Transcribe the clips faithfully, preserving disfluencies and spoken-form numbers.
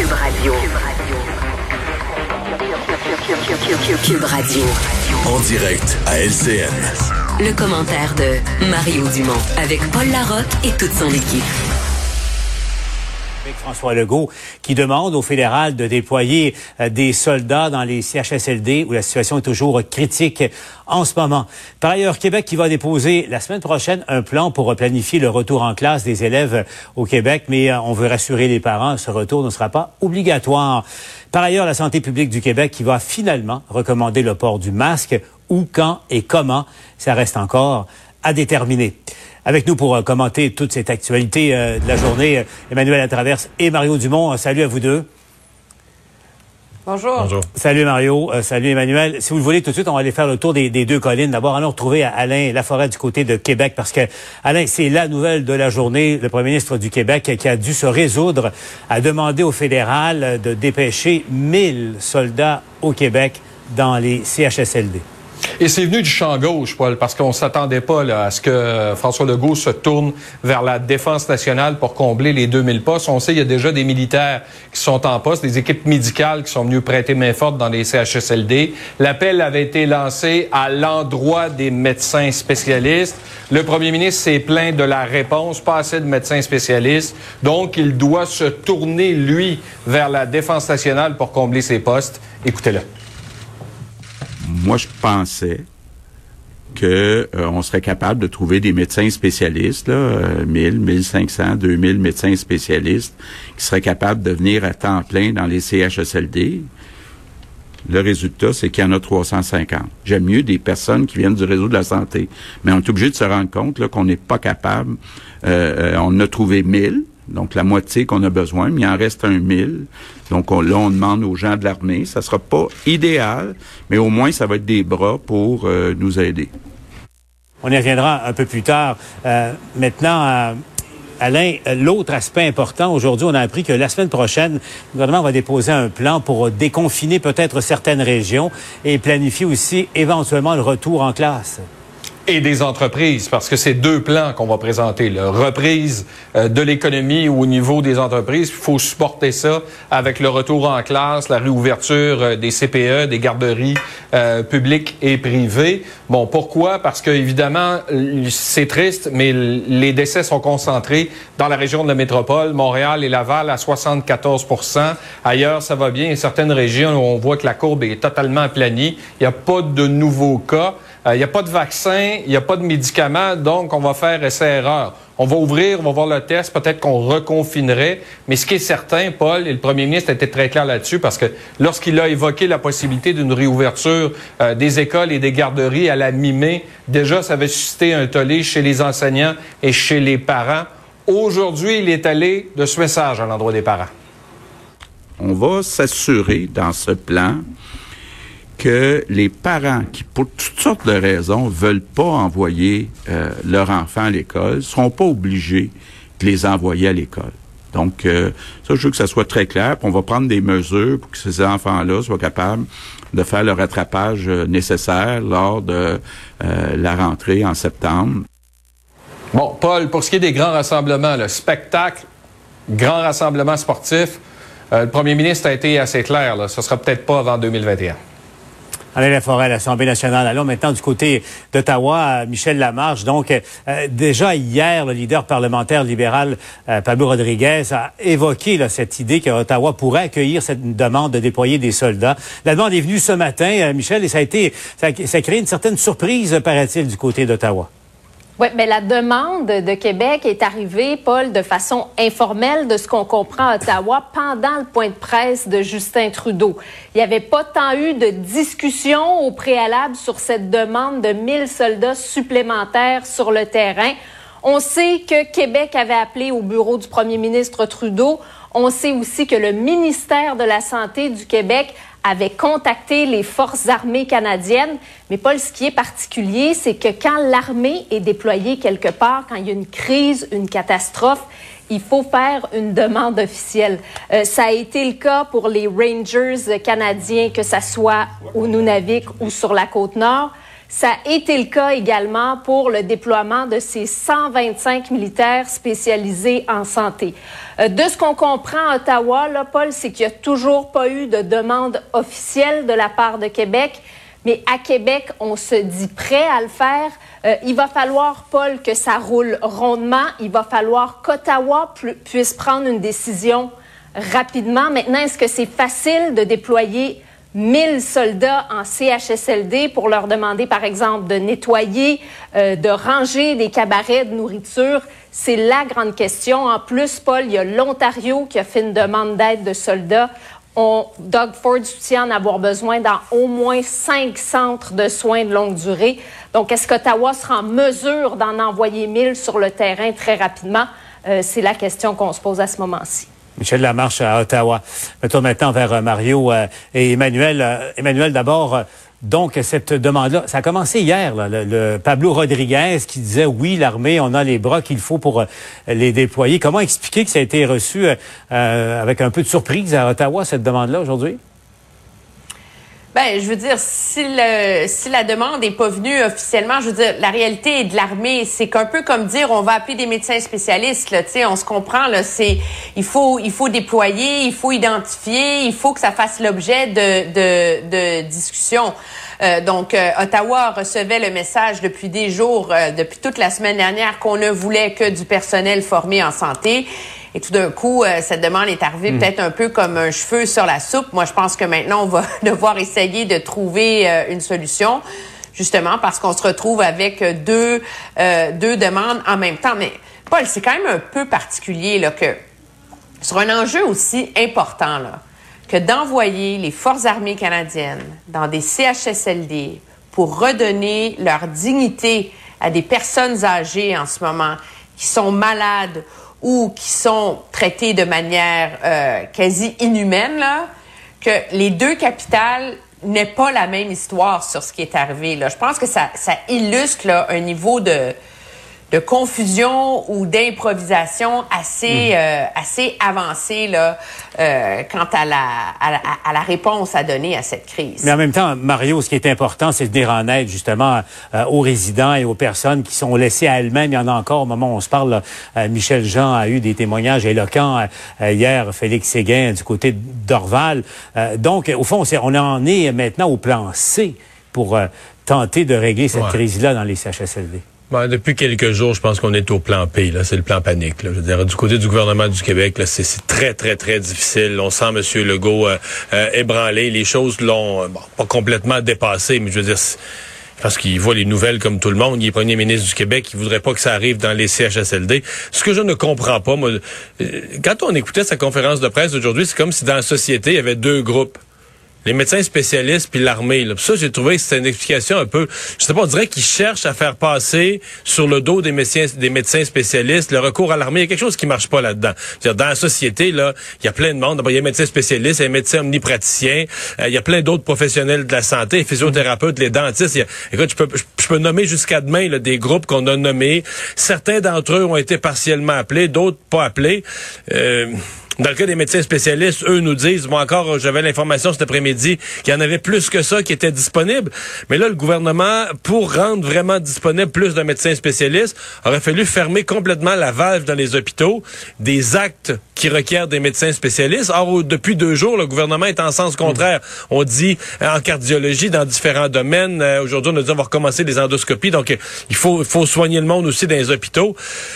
Cube Radio. Cube Radio. En direct à L C N. Le commentaire de Mario Dumont avec Paul Larocque et toute son équipe. Avec François Legault qui demande au fédéral de déployer euh, des soldats dans les C H S L D où la situation est toujours critique en ce moment. Par ailleurs, Québec qui va déposer la semaine prochaine un plan pour planifier le retour en classe des élèves au Québec, mais euh, on veut rassurer les parents, ce retour ne sera pas obligatoire. Par ailleurs, la santé publique du Québec qui va finalement recommander le port du masque. Où, quand et comment, ça reste encore à déterminer. Avec nous pour euh, commenter toute cette actualité euh, de la journée, euh, Emmanuel Latraverse et Mario Dumont. Euh, salut à vous deux. Bonjour. Bonjour. Salut Mario, euh, salut Emmanuel. Si vous le voulez, tout de suite, on va aller faire le tour des, des deux collines. D'abord, allons retrouver Alain Laforêt du côté de Québec, parce que, Alain, c'est la nouvelle de la journée. Le premier ministre du Québec qui a dû se résoudre à demander au fédéral de dépêcher mille soldats au Québec dans les C H S L D. Et c'est venu du champ gauche, Paul, parce qu'on s'attendait pas là, à ce que François Legault se tourne vers la défense nationale pour combler les deux mille postes. On sait qu'il y a déjà des militaires qui sont en poste, des équipes médicales qui sont venues prêter main forte dans les C H S L D. L'appel avait été lancé à l'endroit des médecins spécialistes. Le premier ministre s'est plaint de la réponse, pas assez de médecins spécialistes. Donc, il doit se tourner, lui, vers la défense nationale pour combler ses postes. Écoutez-le. Moi, je pensais que euh, on serait capable de trouver des médecins spécialistes, là, euh, mille, mille cinq cents, deux mille médecins spécialistes qui seraient capables de venir à temps plein dans les C H S L D. Le résultat, c'est qu'il y en a trois cent cinquante. J'aime mieux des personnes qui viennent du réseau de la santé. Mais on est obligé de se rendre compte là, qu'on n'est pas capable. Euh, on en a trouvé mille. Donc, la moitié qu'on a besoin, mais il en reste un mille. Donc, on, là, on demande aux gens de l'armée. Ça sera pas idéal, mais au moins, ça va être des bras pour euh, nous aider. On y reviendra un peu plus tard. Euh, maintenant, euh, Alain, l'autre aspect important, aujourd'hui, on a appris que la semaine prochaine, le gouvernement va déposer un plan pour déconfiner peut-être certaines régions et planifier aussi éventuellement le retour en classe. Et des entreprises, parce que c'est deux plans qu'on va présenter. La reprise euh, de l'économie au niveau des entreprises, il faut supporter ça avec le retour en classe, la réouverture euh, des C P E, des garderies euh, publiques et privées. Bon, pourquoi? Parce que évidemment, c'est triste, mais les décès sont concentrés dans la région de la métropole, Montréal et Laval à soixante-quatorze pour cent. Ailleurs, ça va bien. Et certaines régions où on voit que la courbe est totalement aplanie. Il n'y a pas de nouveaux cas. Il euh, n'y a pas de vaccin, il n'y a pas de médicaments, donc on va faire essai-erreur. On va ouvrir, on va voir le test, peut-être qu'on reconfinerait. Mais ce qui est certain, Paul, et le premier ministre était très clair là-dessus, parce que lorsqu'il a évoqué la possibilité d'une réouverture euh, des écoles et des garderies à la mi-mai, déjà, ça avait suscité un tollé chez les enseignants et chez les parents. Aujourd'hui, il est allé de ce message à l'endroit des parents. On va s'assurer dans ce plan que les parents qui, pour toutes sortes de raisons, veulent pas envoyer euh, leur enfant à l'école, seront pas obligés de les envoyer à l'école. Donc, euh, ça, je veux que ça soit très clair. Puis on va prendre des mesures pour que ces enfants-là soient capables de faire le rattrapage euh, nécessaire lors de euh, la rentrée en septembre. Bon, Paul, pour ce qui est des grands rassemblements, le spectacle, grand rassemblement sportif, euh, le premier ministre a été assez clair. Là, ce sera peut-être pas avant deux mille vingt et un. Alain Laforêt à l'Assemblée nationale. Allons maintenant du côté d'Ottawa, Michel Lamarche. Donc, euh, déjà hier, le leader parlementaire libéral, euh, Pablo Rodriguez, a évoqué là, cette idée qu'Ottawa pourrait accueillir cette demande de déployer des soldats. La demande est venue ce matin, euh, Michel, et ça a été, ça a, ça a créé une certaine surprise, paraît-il, du côté d'Ottawa. Oui, mais la demande de Québec est arrivée, Paul, de façon informelle de ce qu'on comprend à Ottawa pendant le point de presse de Justin Trudeau. Il n'y avait pas tant eu de discussion au préalable sur cette demande de mille soldats supplémentaires sur le terrain. On sait que Québec avait appelé au bureau du premier ministre Trudeau. On sait aussi que le ministère de la Santé du Québec avait contacté les forces armées canadiennes. Mais Paul, ce qui est particulier, c'est que quand l'armée est déployée quelque part, quand il y a une crise, une catastrophe, il faut faire une demande officielle. Euh, ça a été le cas pour les Rangers canadiens, que ça soit au Nunavik ou sur la Côte-Nord. Ça a été le cas également pour le déploiement de ces cent vingt-cinq militaires spécialisés en santé. Euh, de ce qu'on comprend à Ottawa, là, Paul, c'est qu'il n'y a toujours pas eu de demande officielle de la part de Québec. Mais à Québec, on se dit prêt à le faire. Euh, il va falloir, Paul, que ça roule rondement. Il va falloir qu'Ottawa pu- puisse prendre une décision rapidement. Maintenant, est-ce que c'est facile de déployer mille soldats en C H S L D pour leur demander, par exemple, de nettoyer, euh, de ranger des cabarets de nourriture? C'est la grande question. En plus, Paul, il y a l'Ontario qui a fait une demande d'aide de soldats. On, Doug Ford soutient en avoir besoin dans au moins cinq centres de soins de longue durée. Donc, est-ce qu'Ottawa sera en mesure d'en envoyer mille sur le terrain très rapidement? Euh, c'est la question qu'on se pose à ce moment-ci. Michel Lamarche à Ottawa. Mettons maintenant vers euh, Mario euh, et Emmanuel. Euh, Emmanuel, d'abord, euh, donc cette demande-là, ça a commencé hier, là, le, le Pablo Rodriguez qui disait oui, l'armée, on a les bras qu'il faut pour euh, les déployer. Comment expliquer que ça a été reçu euh, avec un peu de surprise à Ottawa, cette demande-là, aujourd'hui? Ben, je veux dire, si le si la demande n'est pas venue officiellement, je veux dire, la réalité de l'armée, c'est qu'un peu comme dire, on va appeler des médecins spécialistes, là, tu sais, on se comprend, là, c'est, il faut, il faut déployer, il faut identifier, il faut que ça fasse l'objet de, de, de discussions. Euh, donc, euh, Ottawa recevait le message depuis des jours, euh, depuis toute la semaine dernière, qu'on ne voulait que du personnel formé en santé. Et tout d'un coup, euh, cette demande est arrivée mmh. peut-être un peu comme un cheveu sur la soupe. Moi, je pense que maintenant, on va devoir essayer de trouver euh, une solution, justement parce qu'on se retrouve avec deux euh, deux demandes en même temps. Mais Paul, c'est quand même un peu particulier là que sur un enjeu aussi important là que d'envoyer les Forces armées canadiennes dans des C H S L D pour redonner leur dignité à des personnes âgées en ce moment qui sont malades ou qui sont traités de manière euh, quasi inhumaine, là, que les deux capitales n'aient pas la même histoire sur ce qui est arrivé. Là. Je pense que ça, ça illustre là, un niveau de, de confusion ou d'improvisation assez, mmh. euh, assez avancé là, euh, quant à la, à, la, à la réponse à donner à cette crise. Mais en même temps, Mario, ce qui est important, c'est de venir en aide justement euh, aux résidents et aux personnes qui sont laissées à elles-mêmes. Il y en a encore au moment où on se parle. Là, euh, Michel Jean a eu des témoignages éloquents euh, hier, Félix Séguin du côté d'Orval. Euh, donc, au fond, c'est, on en est maintenant au plan C pour euh, tenter de régler cette ouais. crise-là dans les C H S L D. Ben, depuis quelques jours, je pense qu'on est au plan P. Là, c'est le plan panique. Là. Je veux dire, du côté du gouvernement du Québec, là, c'est, c'est très, très, très difficile. On sent M. Legault euh, euh, ébranlé. Les choses l'ont euh, bon, pas complètement dépassé, mais je veux dire, parce qu'il voit les nouvelles comme tout le monde. Il est premier ministre du Québec. Il voudrait pas que ça arrive dans les C H S L D. Ce que je ne comprends pas, moi, euh, quand on écoutait sa conférence de presse d'aujourd'hui, c'est comme si dans la société, il y avait deux groupes. Les médecins spécialistes puis l'armée. Là. Puis ça, j'ai trouvé que c'était une explication un peu... Je sais pas, on dirait qu'ils cherchent à faire passer sur le dos des médecins, des médecins spécialistes le recours à l'armée. Il y a quelque chose qui marche pas là-dedans. C'est-à-dire, dans la société, là, il y a plein de monde. D'abord, il y a des médecins spécialistes, il y a des médecins omnipraticiens, euh, il y a plein d'autres professionnels de la santé, les physiothérapeutes, les dentistes. Il y a, écoute, je peux, je, je peux nommer jusqu'à demain là, des groupes qu'on a nommés. Certains d'entre eux ont été partiellement appelés, d'autres pas appelés. Euh, Dans le cas des médecins spécialistes, eux nous disent, moi encore, j'avais l'information cet après-midi, qu'il y en avait plus que ça qui étaient disponibles. Mais là, le gouvernement, pour rendre vraiment disponible plus de médecins spécialistes, aurait fallu fermer complètement la valve dans les hôpitaux des actes qui requièrent des médecins spécialistes. Or, depuis deux jours, le gouvernement est en sens contraire. Mmh. On dit, en cardiologie, dans différents domaines, euh, aujourd'hui, on a dit, on va recommencer les endoscopies. Donc, il faut, il faut soigner le monde aussi dans les hôpitaux.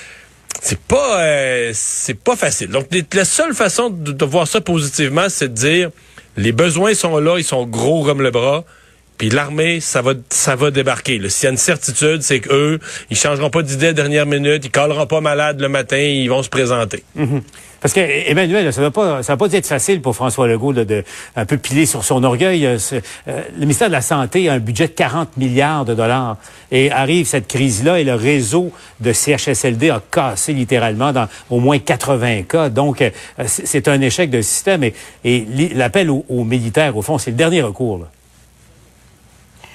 C'est pas euh, c'est pas facile. Donc, la seule façon de, de voir ça positivement, c'est de dire les besoins sont là, ils sont gros comme le bras. Puis l'armée, ça va ça va débarquer. Là. S'il y a une certitude, c'est qu'eux, ils changeront pas d'idée à la dernière minute, ils colleront pas malade le matin, ils vont se présenter. Mm-hmm. Parce que Emmanuel, ça va pas, ça va pas être facile pour François Legault là, de un peu piler sur son orgueil. Euh, le ministère de la Santé a un budget de quarante milliards de dollars et arrive cette crise-là et le réseau de C H S L D a cassé littéralement dans au moins quatre-vingts cas. Donc euh, c'est un échec de système et, et l'appel aux, aux militaires, au fond, c'est le dernier recours. Là.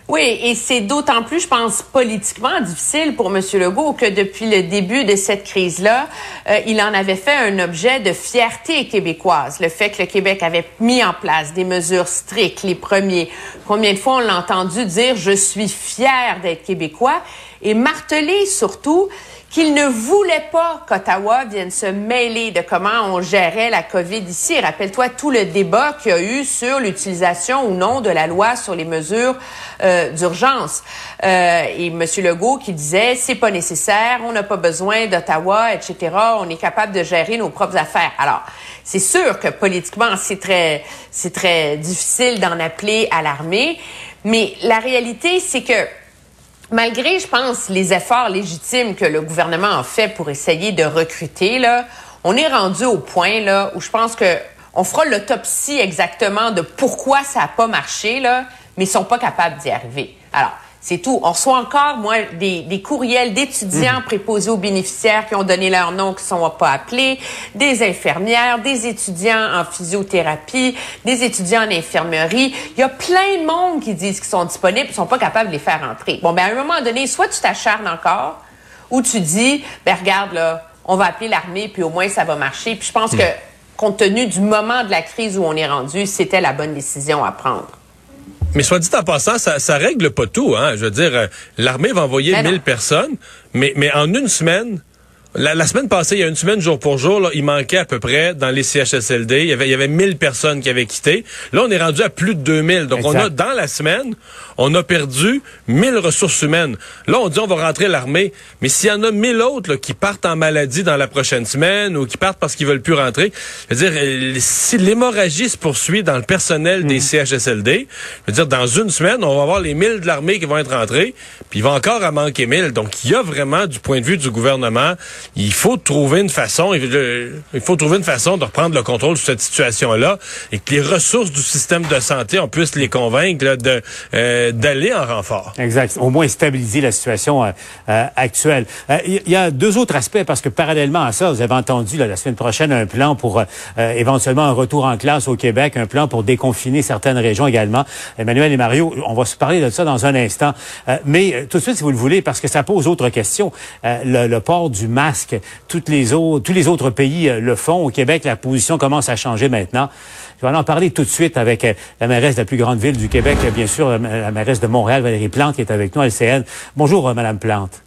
Oui, et c'est d'autant plus, je pense, politiquement difficile pour M. Legault que depuis le début de cette crise-là, euh, il en avait fait un objet de fierté québécoise. Le fait que le Québec avait mis en place des mesures strictes, les premiers. Combien de fois on l'a entendu dire « je suis fier d'être québécois » et marteler surtout qu'il ne voulait pas qu'Ottawa vienne se mêler de comment on gérait la COVID ici. Rappelle-toi tout le débat qu'il y a eu sur l'utilisation ou non de la loi sur les mesures euh, d'urgence. Euh, et M. Legault qui disait, c'est pas nécessaire, on n'a pas besoin d'Ottawa, et cetera. On est capable de gérer nos propres affaires. Alors, c'est sûr que politiquement, c'est très, c'est très difficile d'en appeler à l'armée. Mais la réalité, c'est que malgré, je pense, les efforts légitimes que le gouvernement a fait pour essayer de recruter, là, on est rendu au point là où je pense que on fera l'autopsie exactement de pourquoi ça n'a pas marché, là, mais ils sont pas capables d'y arriver. Alors, c'est tout. On reçoit encore, moi, des, des courriels d'étudiants mmh. préposés aux bénéficiaires qui ont donné leur nom, qui ne sont pas appelés, des infirmières, des étudiants en physiothérapie, des étudiants en infirmerie. Il y a plein de monde qui disent qu'ils sont disponibles et ne sont pas capables de les faire entrer. Bon, ben à un moment donné, soit tu t'acharnes encore, ou tu dis, ben regarde, là, on va appeler l'armée, puis au moins ça va marcher. Puis je pense mmh. que, compte tenu du moment de la crise où on est rendu, c'était la bonne décision à prendre. Mais soit dit en passant, ça, ça règle pas tout, hein. Je veux dire, euh, l'armée va envoyer mille personnes, mais, mais en une semaine, la, la semaine passée, il y a une semaine jour pour jour, là, il manquait à peu près dans les C H S L D, il y avait, il y avait mille personnes qui avaient quitté. Là, on est rendu à plus de deux mille. Donc, exact. On a, dans la semaine, on a perdu mille ressources humaines. Là, on dit on va rentrer l'armée, mais s'il y en a mille autres là, qui partent en maladie dans la prochaine semaine ou qui partent parce qu'ils veulent plus rentrer, je veux dire, si l'hémorragie se poursuit dans le personnel mmh. des C H S L D, je veux dire, dans une semaine, on va avoir les mille de l'armée qui vont être rentrés, puis il va encore en manquer mille. Donc, il y a vraiment, du point de vue du gouvernement, il faut trouver une façon, il faut trouver une façon de reprendre le contrôle sur cette situation-là et que les ressources du système de santé, on puisse les convaincre là, de euh, d'aller en renfort. Exact. Au moins stabiliser la situation euh, euh, actuelle. Il euh, y, y a deux autres aspects parce que parallèlement à ça, vous avez entendu là, la semaine prochaine un plan pour euh, éventuellement un retour en classe au Québec, un plan pour déconfiner certaines régions également. Emmanuel et Mario, on va se parler de ça dans un instant. Euh, mais euh, tout de suite, si vous le voulez, parce que ça pose autre question, euh, le, le port du masque, toutes les autres, tous les autres pays euh, le font. Au Québec, la position commence à changer maintenant. Je vais en parler tout de suite avec euh, la mairesse de la plus grande ville du Québec, euh, bien sûr, la, la mairesse de Montréal, Valérie Plante, qui est avec nous à L C N. Bonjour, euh, Madame Plante.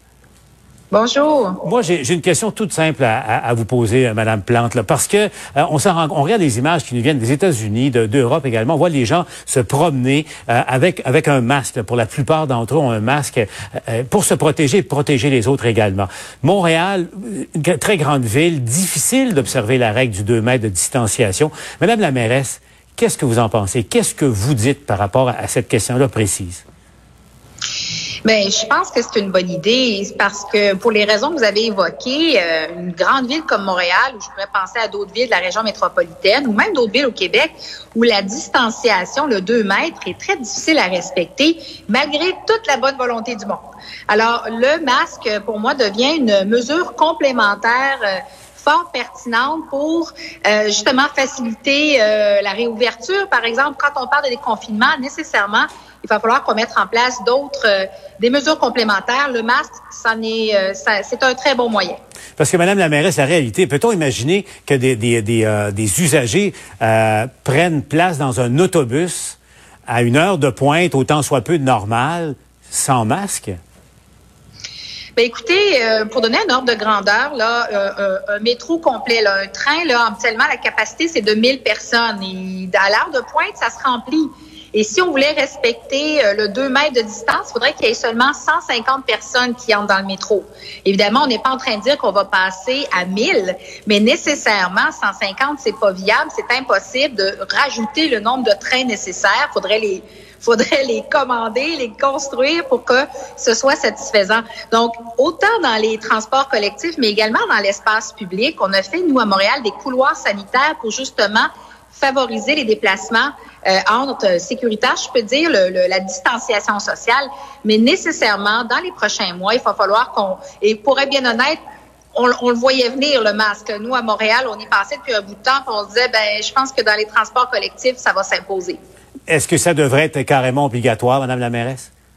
Bonjour. Moi, j'ai, j'ai une question toute simple à, à, à vous poser, euh, Madame Plante, là, parce que euh, on, s'en rend, on regarde des images qui nous viennent des États-Unis, de, d'Europe également. On voit les gens se promener euh, avec avec un masque. Là. Pour la plupart d'entre eux, ont un masque euh, pour se protéger et protéger les autres également. Montréal, une très grande ville, difficile d'observer la règle du deux mètres de distanciation. Madame la mairesse, qu'est-ce que vous en pensez? Qu'est-ce que vous dites par rapport à cette question-là précise? Bien, je pense que c'est une bonne idée parce que pour les raisons que vous avez évoquées, euh, une grande ville comme Montréal, où je pourrais penser à d'autres villes de la région métropolitaine ou même d'autres villes au Québec, où la distanciation, le deux mètres, est très difficile à respecter malgré toute la bonne volonté du monde. Alors, le masque, pour moi, devient une mesure complémentaire euh, fort pertinente pour euh, justement faciliter euh, la réouverture. Par exemple, quand on parle de déconfinement, nécessairement, il va falloir qu'on mette en place d'autres, euh, des mesures complémentaires. Le masque, c'en est, euh, ça, c'est un très bon moyen. Parce que, Madame la mairesse, la réalité, peut-on imaginer que des, des, des, euh, des usagers euh, prennent place dans un autobus à une heure de pointe, autant soit peu de normal, sans masque? Ben écoutez, euh, pour donner un ordre de grandeur, là, euh, euh, un métro complet, là, un train, là, habituellement, la capacité, c'est de mille personnes. Et à l'heure de pointe, ça se remplit. Et si on voulait respecter euh, le deux mètres de distance, il faudrait qu'il y ait seulement cent cinquante personnes qui entrent dans le métro. Évidemment, on n'est pas en train de dire qu'on va passer à mille, mais nécessairement, cent cinquante, c'est pas viable, c'est impossible de rajouter le nombre de trains nécessaires. Faudrait les faudrait les commander, les construire pour que ce soit satisfaisant. Donc, autant dans les transports collectifs, mais également dans l'espace public, on a fait, nous, à Montréal, des couloirs sanitaires pour justement favoriser les déplacements euh, entre sécuritaires, je peux dire, le, le, la distanciation sociale, mais nécessairement, dans les prochains mois, il va falloir qu'on, et pour être bien honnête, on, on le voyait venir, le masque. Nous, à Montréal, on y passait depuis un bout de temps, puis on se disait, ben, je pense que dans les transports collectifs, ça va s'imposer. Est-ce que ça devrait être carrément obligatoire, Madame la mairesse?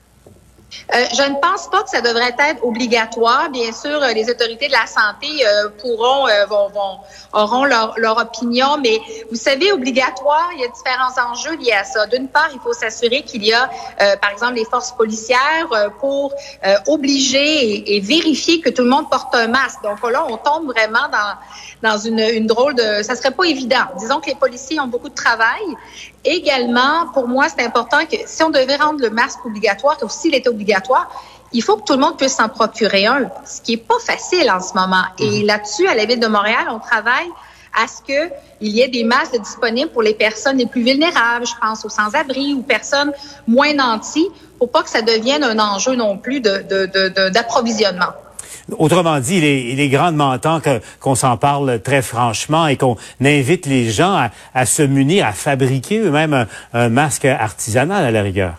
Euh, je ne pense pas que ça devrait être obligatoire. Bien sûr, euh, les autorités de la santé euh, pourront, euh, vont, vont, auront leur, leur opinion, mais vous savez, obligatoire, il y a différents enjeux liés à ça. D'une part, il faut s'assurer qu'il y a, euh, par exemple, les forces policières euh, pour euh, obliger et, et vérifier que tout le monde porte un masque. Donc là, on tombe vraiment dans, dans une, une drôle de... Ça serait pas évident. Disons que les policiers ont beaucoup de travail. Également, pour moi, c'est important que si on devait rendre le masque obligatoire, ou s'il était obligatoire, il faut que tout le monde puisse s'en procurer un, ce qui est pas facile en ce moment. Et là-dessus, à la Ville de Montréal, on travaille à ce qu'il y ait des masques disponibles pour les personnes les plus vulnérables, je pense aux sans-abri ou personnes moins nanties, pour pas que ça devienne un enjeu non plus de, de, de, de, d'approvisionnement. Autrement dit, il est, il est grandement temps que, qu'on s'en parle très franchement et qu'on invite les gens à, à se munir, à fabriquer eux-mêmes un, un masque artisanal à la rigueur.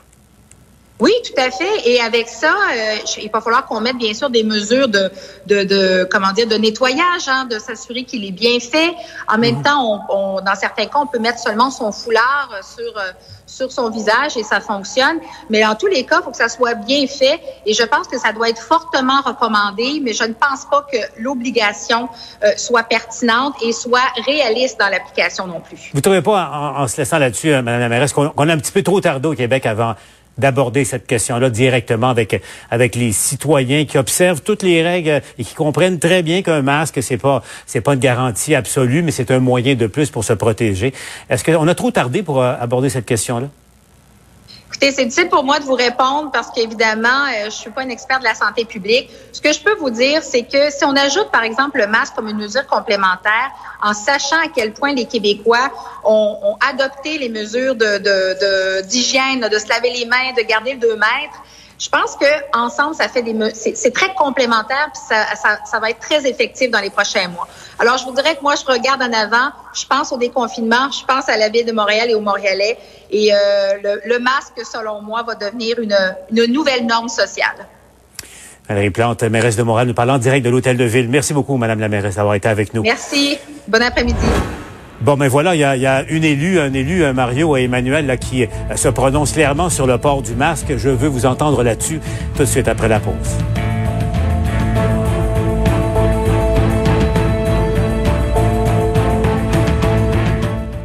Oui, tout à fait. Et avec ça, euh, il va falloir qu'on mette bien sûr des mesures de, de, de comment dire, de nettoyage, hein, de s'assurer qu'il est bien fait. En même mmh. temps, on, on, dans certains cas, on peut mettre seulement son foulard sur euh, sur son visage et ça fonctionne. Mais en tous les cas, il faut que ça soit bien fait. Et je pense que ça doit être fortement recommandé. Mais je ne pense pas que l'obligation euh, soit pertinente et soit réaliste dans l'application non plus. Vous ne trouvez pas, en, en se laissant là-dessus, Mme la mairesse, qu'on, qu'on a un petit peu trop tardé au Québec avant d'aborder cette question-là directement avec avec les citoyens qui observent toutes les règles et qui comprennent très bien qu'un masque, c'est pas c'est pas une garantie absolue, mais c'est un moyen de plus pour se protéger. Est-ce qu'on a trop tardé pour euh, aborder cette question-là? Écoutez, c'est difficile pour moi de vous répondre parce qu'évidemment, euh, je suis pas une experte de la santé publique. Ce que je peux vous dire, c'est que si on ajoute, par exemple, le masque comme une mesure complémentaire, en sachant à quel point les Québécois ont, ont adopté les mesures de, de, de, d'hygiène, de se laver les mains, de garder le deux mètres, je pense que ensemble, ça fait des, c'est, c'est très complémentaire, puis ça, ça, ça va être très effectif dans les prochains mois. Alors, je vous dirais que moi, je regarde en avant, je pense au déconfinement, je pense à la Ville de Montréal et aux Montréalais, et euh, le, le masque, selon moi, va devenir une, une nouvelle norme sociale. Valérie Plante, mairesse de Montréal, nous parlons en direct de l'Hôtel de Ville. Merci beaucoup, Madame la mairesse, d'avoir été avec nous. Merci. Bon après-midi. Bon, ben voilà, il y a, il y a une élue, un élu, un Mario et Emmanuel, là, qui euh, se prononce clairement sur le port du masque. Je veux vous entendre là-dessus tout de suite après la pause.